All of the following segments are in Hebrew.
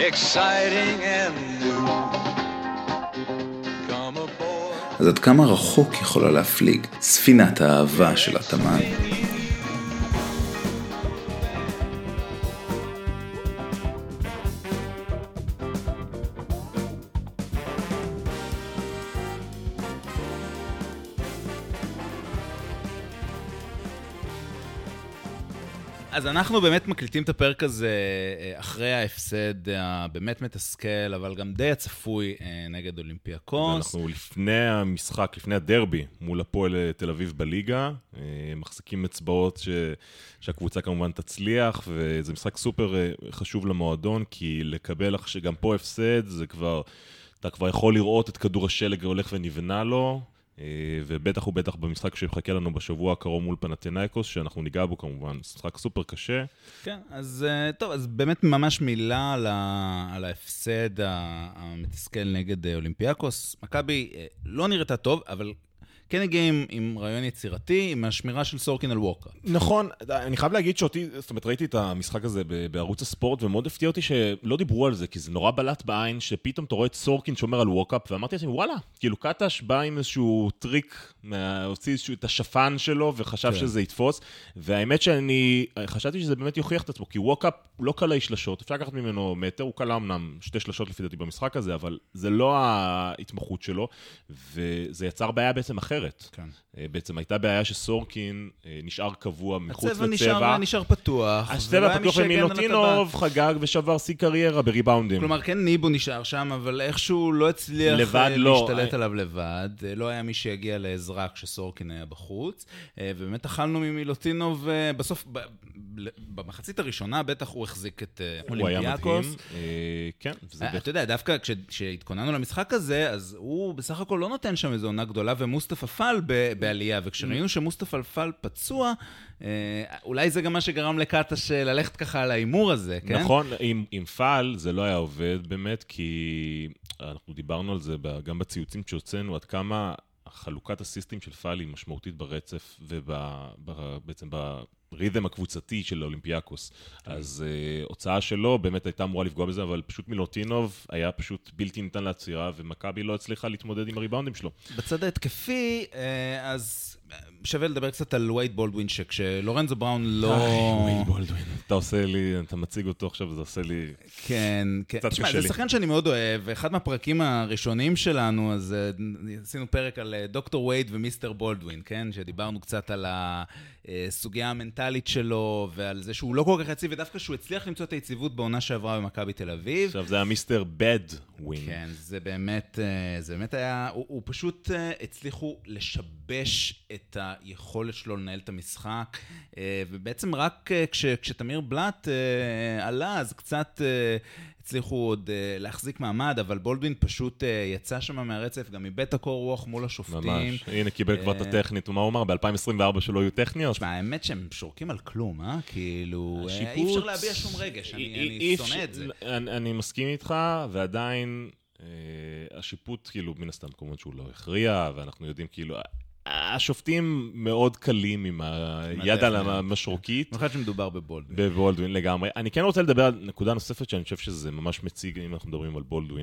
exciting and new. Come aboard. אז עד כמה רחוק יכולה להפליג ספינת האהבה של התאמן? אז אנחנו באמת מקליטים את הפרק הזה אחרי ההפסד הבאמת מתסכל, אבל גם די הצפוי נגד אולימפיאקוס. אנחנו לפני המשחק, לפני הדרבי, מול הפועל תל אביב בליגה, מחזיקים אצבעות שהקבוצה כמובן תצליח, וזה משחק סופר חשוב למועדון, כי לקבל שגם פה הפסד, זה כבר, אתה כבר יכול לראות את כדור השלג הולך ונבנה לו, ובטח ובטח במשחק שמחכה לנו בשבוע הקרוב מול פנתינייקוס, שאנחנו ניגע בו כמובן, משחק סופר קשה. כן, אז טוב, אז באמת ממש מילה על ההפסד המתסכל נגד אולימפיאקוס. מכבי לא נראתה טוב, אבל כן הגיע עם רעיון יצירתי, עם השמירה של סורקין על ווקאפ. נכון, אני חייב להגיד שאותי, זאת אומרת, ראיתי את המשחק הזה בערוץ הספורט, ומאוד הפתיע אותי שלא דיברו על זה, כי זה נורא בלט בעין, שפתאום אתה רואה את סורקין שומר על ווקאפ, ואמרתי לעצמי, וואלה, כאילו קטש בא עם איזשהו טריק, הוציא את השפן שלו, וחשב שזה יתפוס, והאמת שאני חשבתי שזה באמת יוכיח את עצמו, כי ווקאפ לא קלה שלשות, אפשר לקחת ממנו מטר, הוא קלה אמנם 2 שלשות לפי דעתי במשחק הזה, אבל זה לא ההתמחות שלו, וזה יצר בעיה בעצם אחרת. כן. בעצם הייתה בעיה שסורקין נשאר קבוע מחוץ לצבע. הצבע נשאר פתוח. הצבע פתוח ומילוטינוב חגג ושבר שיא קריירה בריבאונדים. כלומר, כן ניבו נשאר שם, אבל איכשהו לא הצליח להשתלט עליו לבד. לא היה מי שיגיע לעזרה כשסורקין היה בחוץ. ובאמת אכלנו ממילוטינוב, בסוף, במחצית הראשונה, בטח הוא החזיק את אולימפיאקוס. הוא היה מדהים. כן. אתה יודע, דווקא כשהתכוננו למשחק הזה, אז הוא בסך הכל לא נותן שם איזו עונה גדולה, ומוסטפא פאל בעלייה, וכשראינו שמוסטפא פאל פצוע, אולי זה גם מה שגרם לקטש ללכת ככה על האימור הזה, כן? נכון, עם פאל זה לא היה עובד באמת, כי אנחנו דיברנו על זה גם בציוצים שהוצאנו, עד כמה חלוקת הסיסטים של פאל היא משמעותית ברצף, ובעצם ברית'ם הקבוצתי של האולימפיאקוס. אז הוצאה שלו באמת הייתה אמורה לפגוע בזה, אבל פשוט מילוטינוב היה פשוט בלתי ניתן לעצירה, ומכבי לא הצליחה להתמודד עם הריבאונדים שלו. בצד ההתקפי, אז שווה לדבר קצת על וייד בולדווין, שכשלורנזו בראון לא... וייד בולדווין, אתה עושה לי, אתה מציג אותו עכשיו, זה עושה לי... כן, כן. תשמע, זה שחקן שאני מאוד אוהב, ואחד מהפרקים הראשונים שלנו, אז עשינו פרק על דוקטור וייד ומיסטר בולדווין, כן? שדיברנו קצת על הסוגיה המנטלית שלו, ועל זה שהוא לא כל כך יציב, ודווקא שהוא הצליח למצוא את היציבות בעונה שעברה במכבי תל אביב. עכשיו, זה היה מיסטר בדווין. כן, זה באמת היה, הוא פשוט הצליחו לשבש את היכולת שלו לנהל את המשחק, ובעצם רק כשתמיר בלט עלה, אז קצת הצליחו עוד להחזיק מעמד, אבל בולדווין פשוט יצא שם מהרצף, גם מבית הקור רוח מול השופטים. ממש, הנה קיבל כבר את הטכנית, ומה הוא אמר? ב-2024 שלא יהיו טכניות? תשמע, האמת שהם שורקים על כלום, כאילו, אי אפשר להביע שום רגש, אני שונא את זה. אני מסכים איתך, ועדיין השיפוט, כאילו, מן הסתם, כמובן שהוא לא הכריע, ואנחנו יודעים, כאילו, השופטים מאוד קלים עם היד על המשרוקית. אני חושב שמדובר בבולדווין. בבולדווין לגמרי. אני כן רוצה לדבר על נקודה נוספת שאני חושב שזה ממש מציג, אם אנחנו מדברים על בולדווין.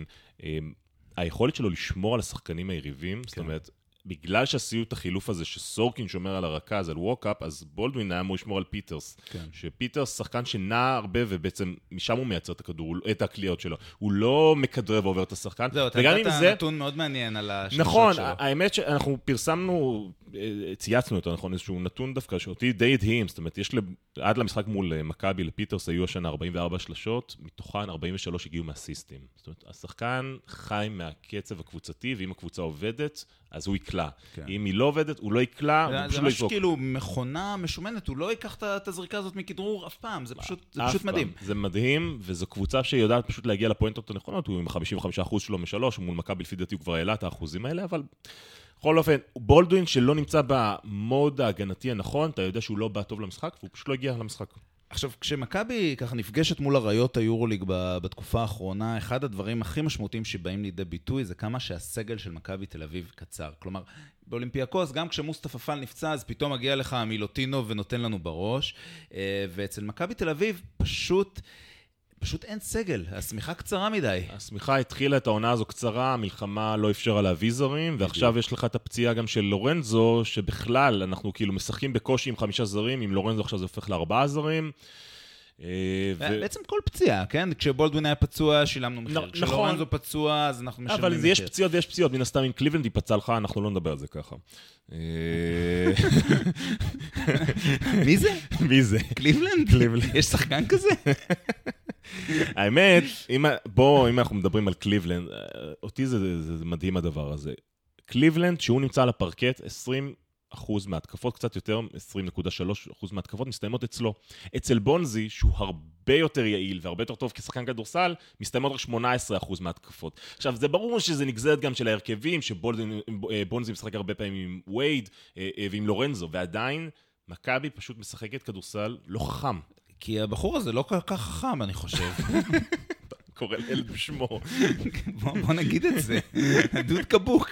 היכולת שלו לשמור על השחקנים היריבים, זאת אומרת, בגלל שעשיו את החילוף הזה שסורקין שומר על הרכז, על ווקאפ, אז בולדווין היה אמור לשמור על פיטרס. שפיטרס שחקן שנע הרבה, ובעצם משם הוא מייצר את הכדור, את הקליעות שלו. הוא לא מכדרר ועובר את השחקן. זהו, אתה יודעת נתון מאוד מעניין על השלושות שלו. נכון, האמת שאנחנו פרסמנו, צייצנו אותו, נכון, איזשהו נתון דווקא, שאותי די הדהים, זאת אומרת, עד למשחק מול מכבי לפיטרס היו השנה 44 שלשות, מתוכן 43 הגיעו מהסיסטים. זאת אומרת, השחקן חי מהקצב הקבוצתי, ואם הקבוצה עובדת, אז הוא יקלה. אם היא לא עובדת, הוא לא יקלה, הוא פשוט לא יזרוק. זה כאילו מכונה משומנת, הוא לא ייקח את הזריקה הזאת מכדרור אף פעם, זה פשוט מדהים. זה מדהים, וזו קבוצה שיודעת פשוט להגיע לפואנטות הנכונות, הוא עם 55% שלו משלוש, מול מכבי לפי דעתי הוא כבר העלה את האחוזים האלה, אבל בכל אופן, בולדווין שלא נמצא במוד ההגנתי הנכון, אתה יודע שהוא לא בא טוב למשחק, והוא פשוט לא הגיע למשחק. עכשיו, כשמכבי ככה נפגשת מול הריות היורוליג בתקופה האחרונה, אחד הדברים הכי משמעותיים שבאים לידי ביטוי זה כמה שהסגל של מכבי תל אביב קצר. כלומר, באולימפיאקוס, גם כשמוסטפא פאל נפצע, אז פתאום מגיע לך מילוטינוב ונותן לנו בראש. ואצל מכבי תל אביב פשוט פשוט אין סגל, השמיכה קצרה מדי. השמיכה התחילה את העונה הזו קצרה, המלחמה לא אפשרה להביא זרים, ועכשיו יש לך את הפציעה גם של לורנזו, שבכלל אנחנו כאילו משחקים בקושי עם 5 זרים, עם לורנזו עכשיו זה הופך ל4 זרים. בעצם כל פציעה, כן? כשבולדווין היה פצוע, שילמנו מחיר. כשלורנזו פצוע, אז אנחנו משלמים מחיר. אבל יש פציעות ויש פציעות, מן הסתם אם קליבלנד ייפצע לך, אנחנו לא נדבר על זה ככה. מי זה? מי זה? קליבלנד? יש שחקן כזה? האמת, אם אנחנו מדברים על קליבלנד, אותי זה מדהים הדבר הזה. קליבלנד, שהוא נמצא על הפרקט, 20% מהתקפות, קצת יותר, 20.3% מהתקפות מסתיימות אצלו. אצל בונזי, שהוא הרבה יותר יעיל והרבה יותר טוב כשחקן כדורסל, מסתיימות רק 18% מהתקפות. עכשיו, זה ברור שזה נגזרת גם של ההרכבים, שבונזי משחק הרבה פעמים עם וייד ועם לורנזו, ועדיין מכבי פשוט משחקת כדורסל לא חכם. כי הבחור הזה לא כל כך חכם, אני חושב. קורא לילד בשמו. בוא נגיד את זה. דוד קבוק.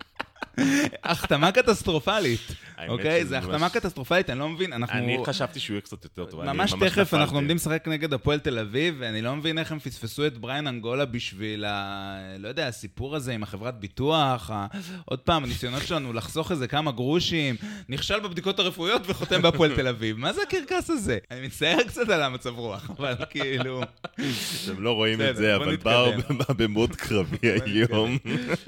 החתמה קטסטרופלית, אוקיי? זה החתמה קטסטרופלית, אני לא מבין, אני חשבתי שהוא יהיה קצת יותר טוב. ממש תכף אנחנו עומדים לשחק נגד הפועל תל אביב, ואני לא מבין איך הם פספסו את בריין אנגולה בשביל, לא יודע, הסיפור הזה עם החברת ביטוח, עוד פעם, הניסיונות שלנו לחסוך איזה כמה גרושים, נכשל בבדיקות הרפואיות וחותם בהפועל תל אביב. מה זה הקרקס הזה? אני מצטער קצת על המצב רוח, אבל כאילו... אתם לא רואים את זה, אבל בר במוד קרבי היום.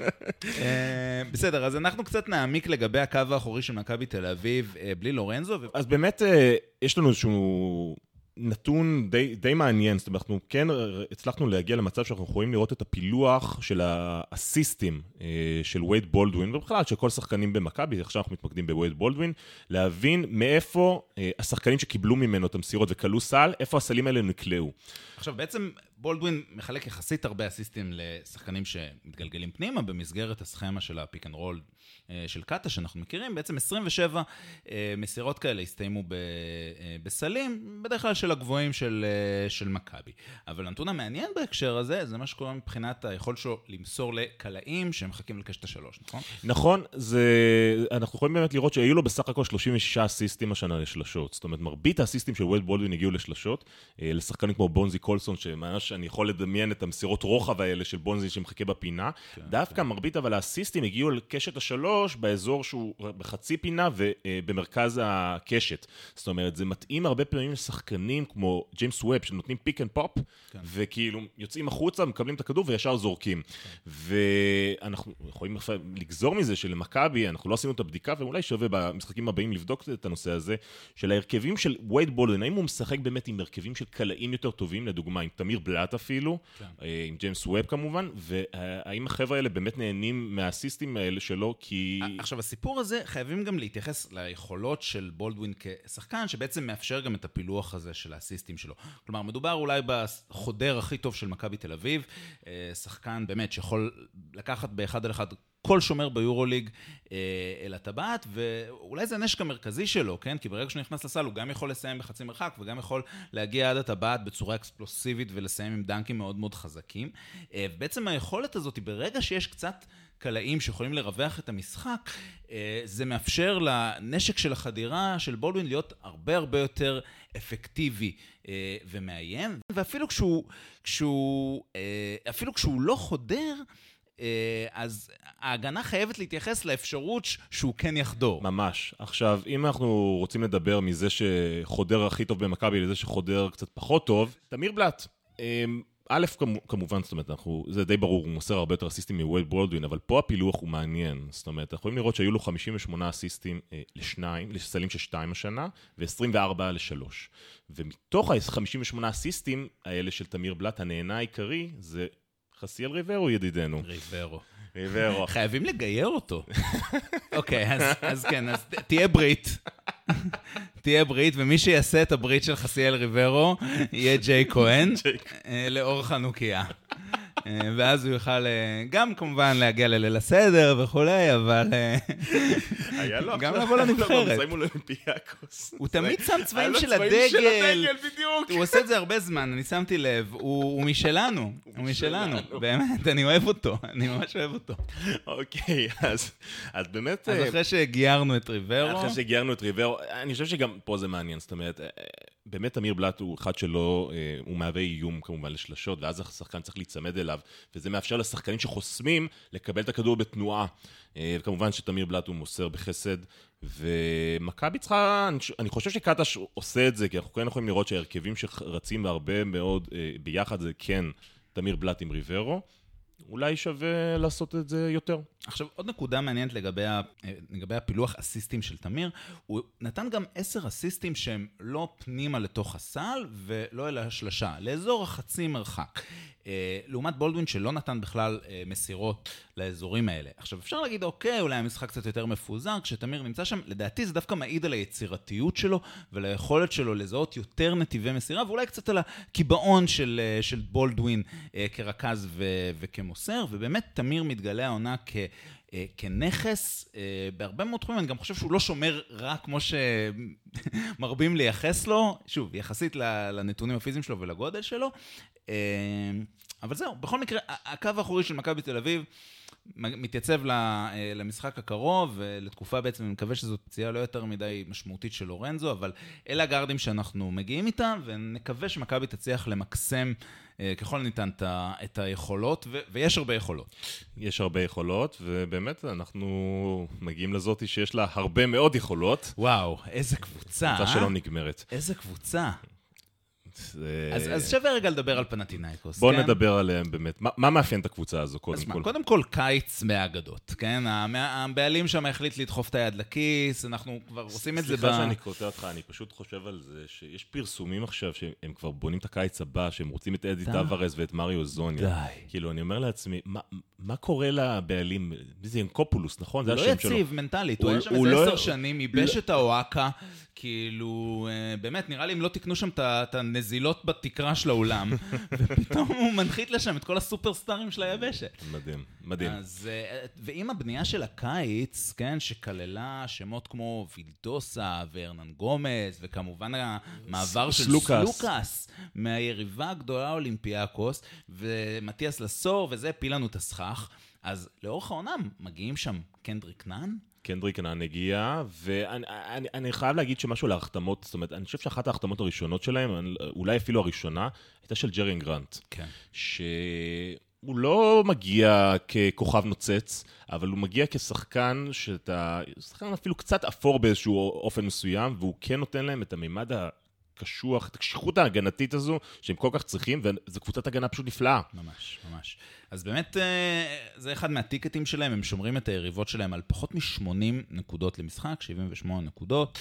בסדר, אז אנחנו קצת נעמיק לגבי הקו האחורי של מכבי תל אביב בלי לורנזו. אז באמת יש לנו איזשהו נתון די מעניין, זאת אומרת, אנחנו כן הצלחנו להגיע למצב שאנחנו יכולים לראות את הפילוח של האסיסטים של וייד בולדווין, ובכלל של כל שחקנים במכבי, עכשיו אנחנו מתמקדים בווייד בולדווין, להבין מאיפה השחקנים שקיבלו ממנו את המסירות וקלו סל, איפה הסלים האלה נקלעו. עכשיו בעצם בולדווין מחלק יחסית הרבה אסיסטים לשחקנים שמתגלגלים פנימה במסגרת הסכמה של הפיק אנד רול של קאטה שאנחנו מכירים. בעצם 27 מסירות כאלה הסתיימו בסלים, בדרך כלל של הגבוהים של מכבי. אבל הנתון המעניין בהקשר הזה, זה מה שקורה מבחינת היכולת שלו למסור לקלעים שמחכים לקשת השלוש, נכון? נכון, אנחנו יכולים באמת לראות שהיו לו בסך הכל 36 אסיסטים השנה לשלשות. זאת אומרת, מרבית האסיסטים של וייד בולדווין הגיעו לשלשות, לשחקנים כמו בונזי קולסון, שממש אני יכול לדמיין את המסירות רוחב האלה של בונזי שמחכה בפינה. דווקא מרבית, אבל האסיסטים הגיעו לקשת השלוש באזור שהוא בחצי פינה ובמרכז הקשת. זאת אומרת, זה מתאים הרבה פעמים לשחקנים כמו ג'יימס ווב, שנותנים פיק אנד פופ, וכאילו יוצאים החוצה, מקבלים את הכדור וישר זורקים. ואנחנו יכולים לגזור מזה שלמכבי, אנחנו לא עשינו את הבדיקה, ואולי שווה במשחקים הבאים לבדוק את הנושא הזה, של ההרכבים של וייד בולדווין, האם הוא משחק באמת עם הרכבים של קלעים יותר טובים, לדוגמה, עם תמיר בלאט אפילו, עם ג'יימס ווב כמובן, והאם החבר'ה האלה באמת נהנים מהאסיסטים האלה שלו, כי... עכשיו, הסיפור הזה חייבים גם להתייחס ליכולות של בולדווין כשחקן, שבעצם מאפשר גם את הפילוח הזה של האסיסטים שלו. כלומר, מדובר אולי בחודר הכי טוב של מכבי תל אביב, שחקן באמת שיכול לקחת באחד על אחד כל שומר ביורוליג אל הטבעת, ואולי זה הנשק המרכזי שלו, כן? כי ברגע שהוא נכנס לסל, הוא גם יכול לסיים בחצי מרחק, וגם יכול להגיע עד הטבעת בצורה אקספלוסיבית, ולסיים עם דנקים מאוד מאוד חזקים. ובעצם היכולת הזאת, ברגע שיש קצת קלעים שיכולים לרווח את המשחק, זה מאפשר לנשק של החדירה של בולדווין להיות הרבה הרבה יותר אפקטיבי ומאיים, ואפילו כשהוא לא חודר, אז ההגנה חייבת להתייחס לאפשרות שהוא כן יחדור. ממש. עכשיו, אם אנחנו רוצים לדבר מזה שחודר הכי טוב במכבי לזה שחודר קצת פחות טוב, תמיר בלאט. א', כמובן, זאת אומרת, זה די ברור, הוא מוסר הרבה יותר אסיסטים מווייד בולדווין, אבל פה הפילוח הוא מעניין. זאת אומרת, אנחנו יכולים לראות שהיו לו 58 אסיסטים לסלים של 2 השנה, ו-24 ל-3. ומתוך ה-58 אסיסטים האלה של תמיר בלאט, הנהנה העיקרי זה חסיאל ריברו, ידידנו. ריברו. חייבים לגייר אותו. אוקיי, אז כן, אז תהיה ברית. תהיה ברית, ומי שיעשה את הברית של חסיאל ריברו, יהיה ג'יי כהן, לאור חנוכיה. ואז הוא יוכל גם כמובן להגיע לליל הסדר וכולי, אבל גם לבוא לנבחרת. הוא תמיד שם צבעים של הדגל. הוא עושה את זה הרבה זמן, אני שמתי לב. הוא משלנו, באמת, אני אוהב אותו, אני ממש אוהב אותו. אוקיי, אז באמת... אז אחרי שגיירנו את ריברו... אני חושב שגם פה זה מעניין, זאת אומרת... באמת תמיר בלאט הוא אחד שלא, הוא מהווה איום כמובן לשלשות, ואז השחקן צריך להצמד אליו, וזה מאפשר לשחקנים שחוסמים לקבל את הכדור בתנועה. וכמובן שתמיר בלאט הוא מוסר בחסד, ומכבי צריכה, אני חושב שקטש עושה את זה, כי אנחנו כן יכולים לראות שהרכבים שרצים הרבה מאוד ביחד זה כן תמיר בלאט עם ריברו, אולי שווה לעשות את זה יותר. עכשיו, עוד נקודה מעניינת לגבי הפילוח אסיסטים של תמיר, הוא נתן גם 10 אסיסטים שהם לא פנימה לתוך הסל, ולא אל השלשה, לאזור החצי מרחק. לעומת בולדווין שלא נתן בכלל מסירות לאזורים האלה. עכשיו, אפשר להגיד, אוקיי, אולי המשחק קצת יותר מפוזר, כשתמיר נמצא שם, לדעתי זה דווקא מעיד על היצירתיות שלו, וליכולת שלו לזהות יותר נתיבי מסירה, ואולי קצת על הקיבעון של בולדווין כרכז וכמוסר, ובאמת תמיר מתגלה העונה כנכס, בהרבה מאוד תחומים, אני גם חושב שהוא לא שומר רק כמו שמרבים לייחס לו, שוב, יחסית לנתונים הפיזיים שלו ולגודל שלו, אבל זהו, בכל מקרה, הקו האחורי של מכבי תל אביב מתייצב למשחק הקרוב, ולתקופה בעצם אני מקווה שזאת פציעה לא יותר מדי משמעותית של לורנזו, אבל אלה הגארדים שאנחנו מגיעים איתם, ונקווה שמכבי תצליח למקסם ככל ניתן את היכולות, ויש הרבה יכולות. יש הרבה יכולות, ובאמת אנחנו מגיעים לזאתי שיש לה הרבה מאוד יכולות. וואו, איזה קבוצה. קבוצה שלא נגמרת. איזה קבוצה. אז שווה רגע לדבר על פנתינייקוס. בוא נדבר עליהם באמת. מה מאפיין את הקבוצה הזו קודם כל? קודם כל קיץ מהאגדות, כן? הבעלים שם החליט לדחוף את היד לכיס, אנחנו כבר עושים את זה סליחה שאני קוטע אותך, אני פשוט חושב על זה שיש פרסומים עכשיו שהם כבר בונים את הקיץ הבא, שהם רוצים את אדי טווארז ואת מריו זוניה. די. כאילו, אני אומר לעצמי, מה קורה לבעלים? זה ינקופולוס, נכון? זה לא השם שלו. יציב מנטלית, הוא היה שם איזה 10 שנים, ייבש את האוהקה, כאילו, באמת, נראה לי אם לא תקנו שם את הנזילות בתקרה של האולם, ופתאום הוא מנחית לשם את כל הסופרסטארים של היבשת. מדהים, מדהים. ועם הבנייה של הקיץ, כן, שכללה שמות כמו וילדוסה והרנן גומז, וכמובן המעבר של סלוקס, מהיריבה הגדולה אולימפיאקוס, ומתיאס לסור, וזה הפיל לנו את הסכך. אז לאורך העונם מגיעים שם קנדריק נאן, קנדריק נאן הגיע, ואני חייב להגיד שמשהו להחתמות, זאת אומרת, אני חושב שאחת ההחתמות הראשונות שלהם, אולי אפילו הראשונה, הייתה של ג'רין גרנט. כן. שהוא לא מגיע ככוכב נוצץ, אבל הוא מגיע כשחקן שחקן אפילו קצת אפור באיזשהו אופן מסוים, והוא כן נותן להם את המימד הקשוח, את הקשיחות ההגנתית הזו, שהם כל כך צריכים, וזו קבוצת הגנה פשוט נפלאה. ממש, ממש. אז באמת, זה אחד מהטיקטים שלהם, הם שומרים את היריבות שלהם על פחות מ-80 נקודות למשחק, 78 נקודות,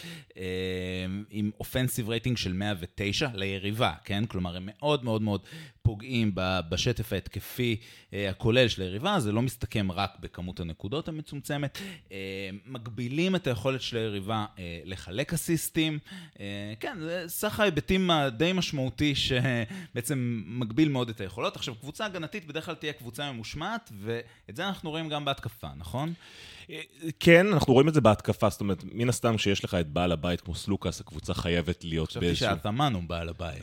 עם אופנסיב רייטינג של 109 ליריבה, כן? כלומר, הם מאוד מאוד מאוד פוגעים בשטף ההתקפי הכולל של היריבה, זה לא מסתכם רק בכמות הנקודות המצומצמת, מגבילים את היכולת של היריבה לחלק אסיסטים, כן, זה סך ההיבטים די משמעותי שבעצם מגביל מאוד את היכולות. עכשיו, קבוצה הגנתית בדרך כלל תהיה קבוצה ממושמעת, ואת זה אנחנו רואים גם בהתקפה, נכון? כן, אנחנו רואים את זה בהתקפה, זאת אומרת, מן הסתם שיש לך את בעל הבית כמו סלוקס, הקבוצה חייבת להיות באיזשהו... חשבתי שהתאמן הוא בעל הבית.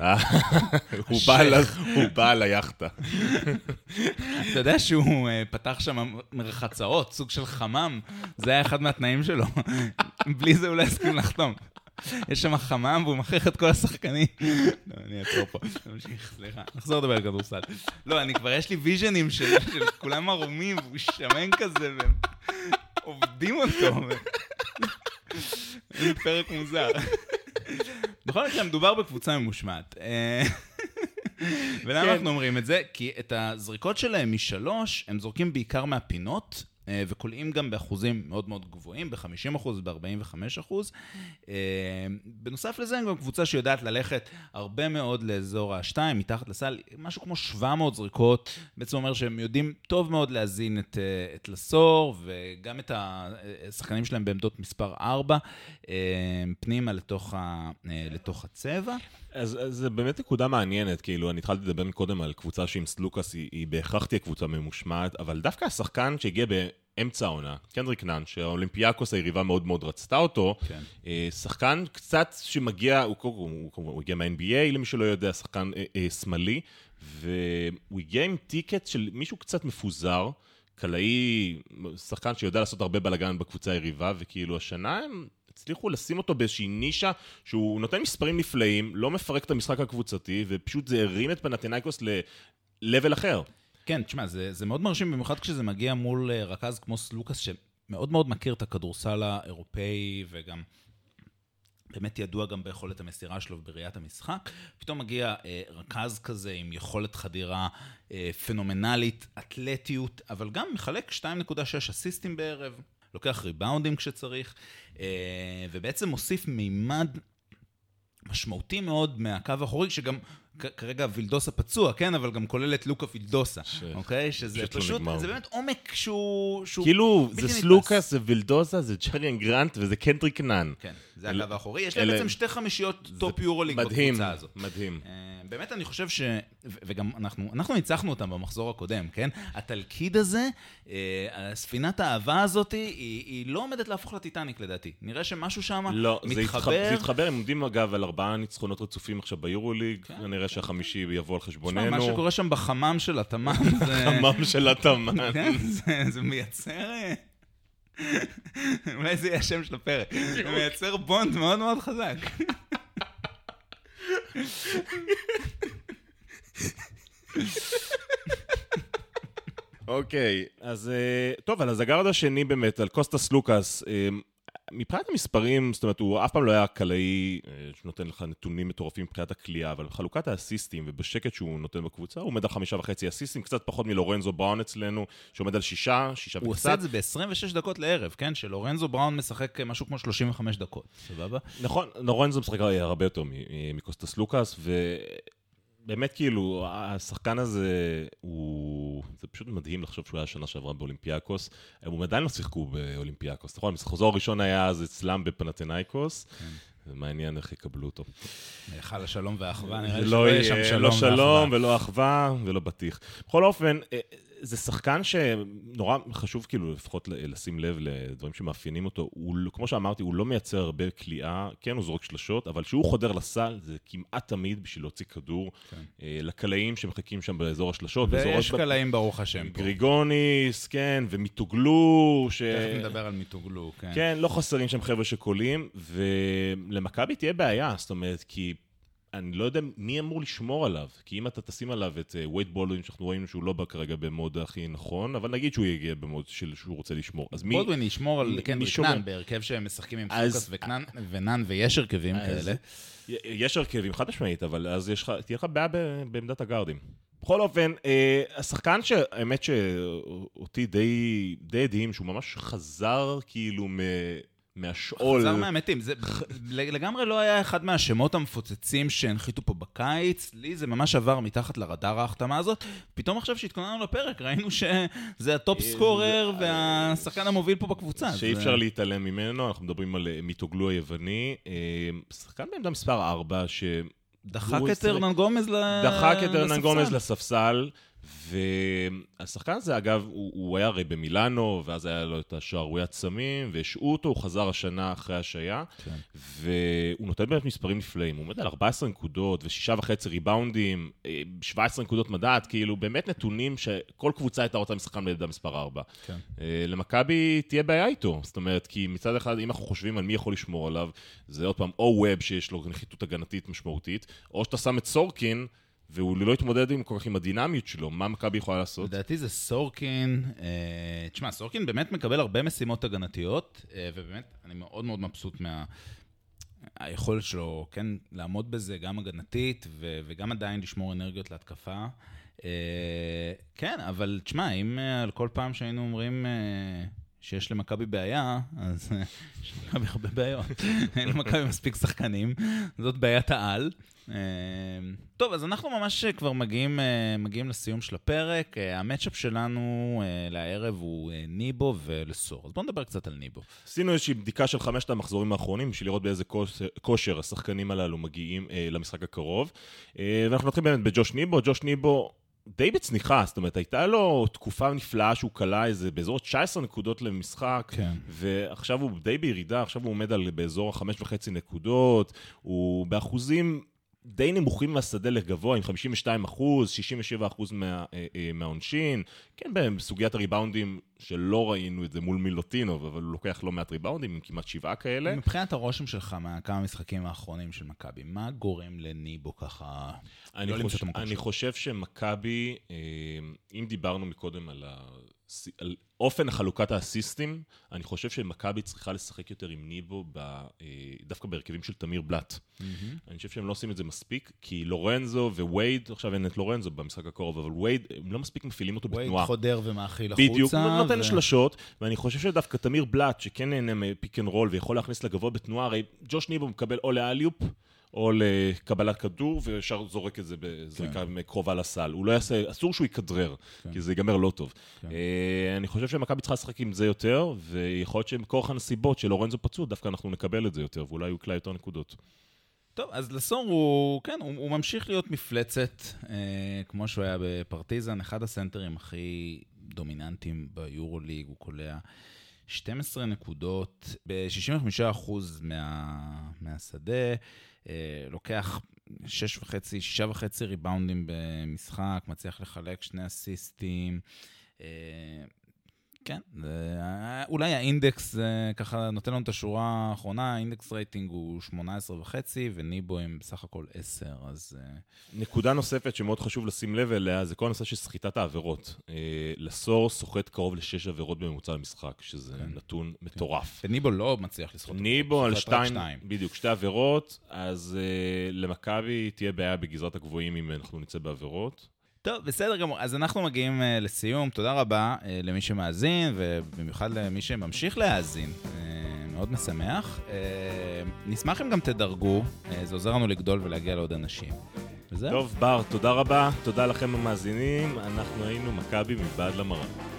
הוא בעל היחטה. אתה יודע שהוא פתח שם מרחצאות, סוג של חמם, זה היה אחד מהתנאים שלו. בלי זה הוא לא הסכים לחתום. יש שם חמם והוא מכריח את כל השחקנים. לא, אני אעצור פה. נמשיך, סליחה. נחזור לדבר על כדורסל. לא, אני כבר יש לי ויז'נים של כולם ערומים, והוא שמן כזה, והם עובדים אותו. זה פרק מוזר. בכל מקרה, מדובר בקבוצה ממושמעת. ולמה אנחנו אומרים את זה? כי את הזריקות שלהם משלוש, הם זורקים בעיקר מהפינות, וקולעים גם באחוזים מאוד מאוד גבוהים, ב-50% וב-45%. בנוסף לזה, הם גם קבוצה שיודעת ללכת הרבה מאוד לאזור ה-2, מתחת לסל, משהו כמו 700 זריקות, בעצם אומר שהם יודעים טוב מאוד להזין את לסור, וגם את השחקנים שלהם בעמדות מספר 4, פנימה לתוך הצבע. אז זה באמת נקודה מעניינת, כאילו אני התחלתי לדבר קודם על קבוצה שעם סלוקס היא בהכרח תהיה קבוצה ממושמעת, אבל דווקא השחקן שהגיע באמצע העונה, קנדריק נאן, שהאולימפיאקוס היריבה מאוד מאוד רצתה אותו, כן. שחקן קצת שמגיע, הוא הגיע מה-NBA למי שלא יודע, שחקן שמאלי, והוא הגיע עם טיקט של מישהו קצת מפוזר, קלעי, שחקן שיודע לעשות הרבה בלגן בקבוצה היריבה, וכאילו השנה הם הצליחו לשים אותו באיזושהי נישה שהוא נותן מספרים נפלאים, לא מפרק את המשחק הקבוצתי, ופשוט זה הרים את פנתינייקוס ל-level אחר. כן, תשמע, זה מאוד מרשים, במיוחד כשזה מגיע מול רכז כמו סלוקאס, שמאוד מאוד מכיר את הכדורסל האירופאי, וגם באמת ידוע גם ביכולת המסירה שלו ובראיית המשחק. פתאום מגיע רכז כזה עם יכולת חדירה פנומנלית, אתלטיות, אבל גם מחלק 2.6 אסיסטים בערב, לוקח ריבאונדים כשצריך, ובעצם מוסיף מימד משמעותי מאוד מהקו האחורי, שגם כרגע וילדוסה פצוע, כן, אבל גם כולל את לוקה וילדוסה, אוקיי? שזה פשוט, זה באמת עומק שהוא כאילו, זה סלוקאס, זה וילדוסה, זה ג'ריאן גרנט, וזה קנדריק נאן. כן, זה הקו האחורי. יש להם בעצם 2 חמישיות טופ יורוליג בקבוצה הזאת. מדהים. באמת אני חושב וגם אנחנו ניצחנו אותם במחזור הקודם, כן? התלכיד הזה, ספינת האהבה הזאת, היא לא עומדת להפוך לטיטניק לדעתי. נראה שמשהו שם מתחבר. זה יתחבר, הם עומדים אגב על 4 ניצחונות רצופים עכשיו ביורוליג, נראה שהחמישי יבוא על חשבוננו. מה שקורה שם בחמם של התמ"ם, חמם של התמ"ם. זה מייצר, אולי זה יהיה השם של הפרק, זה מייצר בונד מאוד מאוד חזק. אוקיי, אז טוב, על הזגרד השני באמת, על קוסטס לוקאס, מבחינת המספרים, זאת אומרת, הוא אף פעם לא היה קלעי שנותן לך נתונים מטורפים מבחינת הקליעה, אבל חלוקת האסיסטים ובשקט שהוא נותן בקבוצה, הוא עומד על 5.5 אסיסטים, קצת פחות מלורנזו בראון אצלנו, שעומד על 6 וקצת. הוא עושה את זה ב-26 דקות לערב, כן? שלורנזו בראון משחק משהו כמו 35 דקות, סבבה? נכון, לורנזו משחק הרבה יותר מקוסטס לוקאס, באמת כאילו, השחקן הזה, זה פשוט מדהים לחשוב שהוא היה שנה שעברה באולימפיאקוס, הם עדיין לא שיחקו באולימפיאקוס, נכון? החוזר הראשון היה אז אצלם בפנתינייקוס, זה מעניין איך יקבלו אותו. חל השלום והאחווה, נראה לי שלא יהיה שם שלום ואחווה. לא שלום ולא אחווה ולא בטיח. בכל אופן, זה שחקן שנורא חשוב כאילו לפחות לשים לב לדברים שמאפיינים אותו. כמו שאמרתי, הוא לא מייצר הרבה קליעה, כן, הוא זורק שלשות, אבל שהוא חודר לסל, זה כמעט תמיד בשביל להוציא כדור לקלעים שמחכים שם באזור השלשות. ויש קלעים ברוך השם פה. גריגוניס, כן, ומיתוגלו. תכף נדבר על מיתוגלו, כן. כן, לא חסרים שם חבר'ה שקולים, ולמכבי תהיה בעיה, זאת אומרת, כי אני לא יודע מי אמור לשמור עליו, כי אם אתה תשים עליו את ווייד בולדווין, שאנחנו רואים שהוא לא בא כרגע במוד הכי נכון, אבל נגיד שהוא יגיע במוד שהוא רוצה לשמור. בולדווין ישמור על קנדריק נאן, בהרכב שהם משחקים עם סוקאס ונאן ויש הרכבים כאלה. יש הרכבים, חד משמעית, אבל אז תהיה לך בעיה בעמדת הגארדים. בכל אופן, השחקן שהאמת שאותי די הדהים, שהוא ממש חזר כאילו מהשאול. חזר מהמתים. זה לגמרי לא היה אחד מהשמות המפוצצים שהנחיתו פה בקיץ. לי זה ממש עבר מתחת לרדאר ההחתמה הזאת. פתאום עכשיו שהתכוננו לפרק, ראינו שזה הטופ סקורר והשחקן המוביל פה בקבוצה. שאי אפשר להתעלם ממנו, אנחנו מדברים על מיתוגלו היווני. שחקן בעמדה מספר 4 ש... דחק את הרנן גומז לספסל. והשחקן הזה, אגב, הוא היה הרי במילאנו, ואז היה לו את השערוריית סמים, והשעו אותו, הוא חזר השנה אחרי השעיה, והוא נותן באמת מספרים נפלאים, הוא עומד על 14 נקודות, ו6.5 ריבאונדים, 17 נקודות מדעת, כאילו באמת נתונים שכל קבוצה הייתה רוצה משחקן בעמדה מספר 4. למכבי תהיה בעיה איתו, זאת אומרת, כי מצד אחד, אם אנחנו חושבים על מי יכול לשמור עליו, זה עוד פעם, או ווב שיש לו נחיתות הגנתית משמעותית, או שאתה שם את סורקין, והוא לא התמודד כל כך עם הדינמיות שלו, מה מכבי יכולה לעשות? לדעתי זה סורקין, תשמע, סורקין באמת מקבל הרבה משימות הגנתיות, ובאמת אני מאוד מאוד מבסוט מהיכולת שלו, כן, לעמוד בזה גם הגנתית, וגם עדיין לשמור אנרגיות להתקפה. כן, אבל תשמע, אם על כל פעם שהיינו אומרים שיש למכבי בעיה, אז יש למכבי הרבה בעיות. אין למכבי מספיק שחקנים, זאת בעיית העל. טוב, אז אנחנו ממש כבר מגיעים לסיום של הפרק. המאצ'אפ שלנו לערב הוא ניבו ולסור. אז בואו נדבר קצת על ניבו. עשינו איזושהי בדיקה של 5 המחזורים האחרונים, בשביל לראות באיזה כושר השחקנים הללו מגיעים למשחק הקרוב. ואנחנו נתחיל באמת בג'וש ניבו. ג'וש ניבו די בצניחה, זאת אומרת, הייתה לו תקופה נפלאה שהוא קלה איזה באזור 19 נקודות למשחק, כן. ועכשיו הוא די בירידה, עכשיו הוא עומד על באזור 5.5 נקודות, הוא באחוזים די נמוכים מהשדה לגבוה, עם 52%, 67% מהעונשין, כן, בסוגיית הריבאונדים שלא ראינו את זה מול מילוטינוב, אבל הוא לוקח לא מעט ריבאונדים, עם כמעט 7 כאלה. מבחינת הרושם שלך מהכמה משחקים האחרונים של מכבי, מה גורם לניבו ככה לא למצוא את המקום שלו? אני חושב שמכבי, אם דיברנו מקודם על אופן חלוקת האסיסטים, אני חושב שמכבי צריכה לשחק יותר עם ניבו, דווקא בהרכבים של תמיר בלט. אני חושב שהם לא עושים את זה מספיק, כי לורנזו ווייד, עכשיו אין את לורנזו במשחק הקרוב, אבל ווייד, הם לא מספיק מפעילים אותו בתנועה. ווייד חודר ומאכיל החוצה. בדיוק, נותן שלשות, ואני חושב שדווקא תמיר בלט, שכן נהנה מפיק אנד רול, ויכול להכניס לגבוה בתנועה, הרי ג'וש ניבו מקבל או לאליופ, או לקבלת כדור, וישר זורק את זה בזריקה קרובה לסל. הוא לא יעשה, אסור שהוא יקדרר, כי זה ייגמר לא טוב. אני חושב שמכבי צריכה לשחק עם זה יותר, ויכול להיות שמכורח הנסיבות של לורנזו פצוע, דווקא אנחנו נקבל את זה יותר, ואולי הוא יקלה יותר נקודות. טוב, אז לסור הוא, כן, הוא ממשיך להיות מפלצת, כמו שהוא היה בפרטיזן, אחד הסנטרים הכי דומיננטיים ביורוליג, הוא קולע 12 נקודות, ב-65% מהשדה, לוקח 6.5 ריבאונדים במשחק, מצליח לחלק 2 אסיסטים, כן, אולי האינדקס ככה נותן לנו את השורה האחרונה, האינדקס רייטינג הוא 18.5 וניבו הם בסך הכל 10, אז... נקודה נוספת שמאוד חשוב לשים לב אליה, זה כל הנושא של סחיטת העבירות. לסור סוחט קרוב ל6 עבירות בממוצע למשחק, שזה נתון מטורף. וניבו לא מצליח לסחוט. ניבו על 2, בדיוק, 2 עבירות, אז למכבי תהיה בעיה בגזרת הגבוהים אם אנחנו נצא בעבירות. טוב, בסדר גמור. אז אנחנו מגיעים לסיום. תודה רבה למי שמאזין, ובמיוחד למי שממשיך להאזין. מאוד משמח. נשמח אם גם תדרגו, זה עוזר לנו לגדול ולהגיע לעוד אנשים. וזהו. טוב, בר, תודה רבה. תודה לכם המאזינים. אנחנו היינו מכבי מבעד למראה.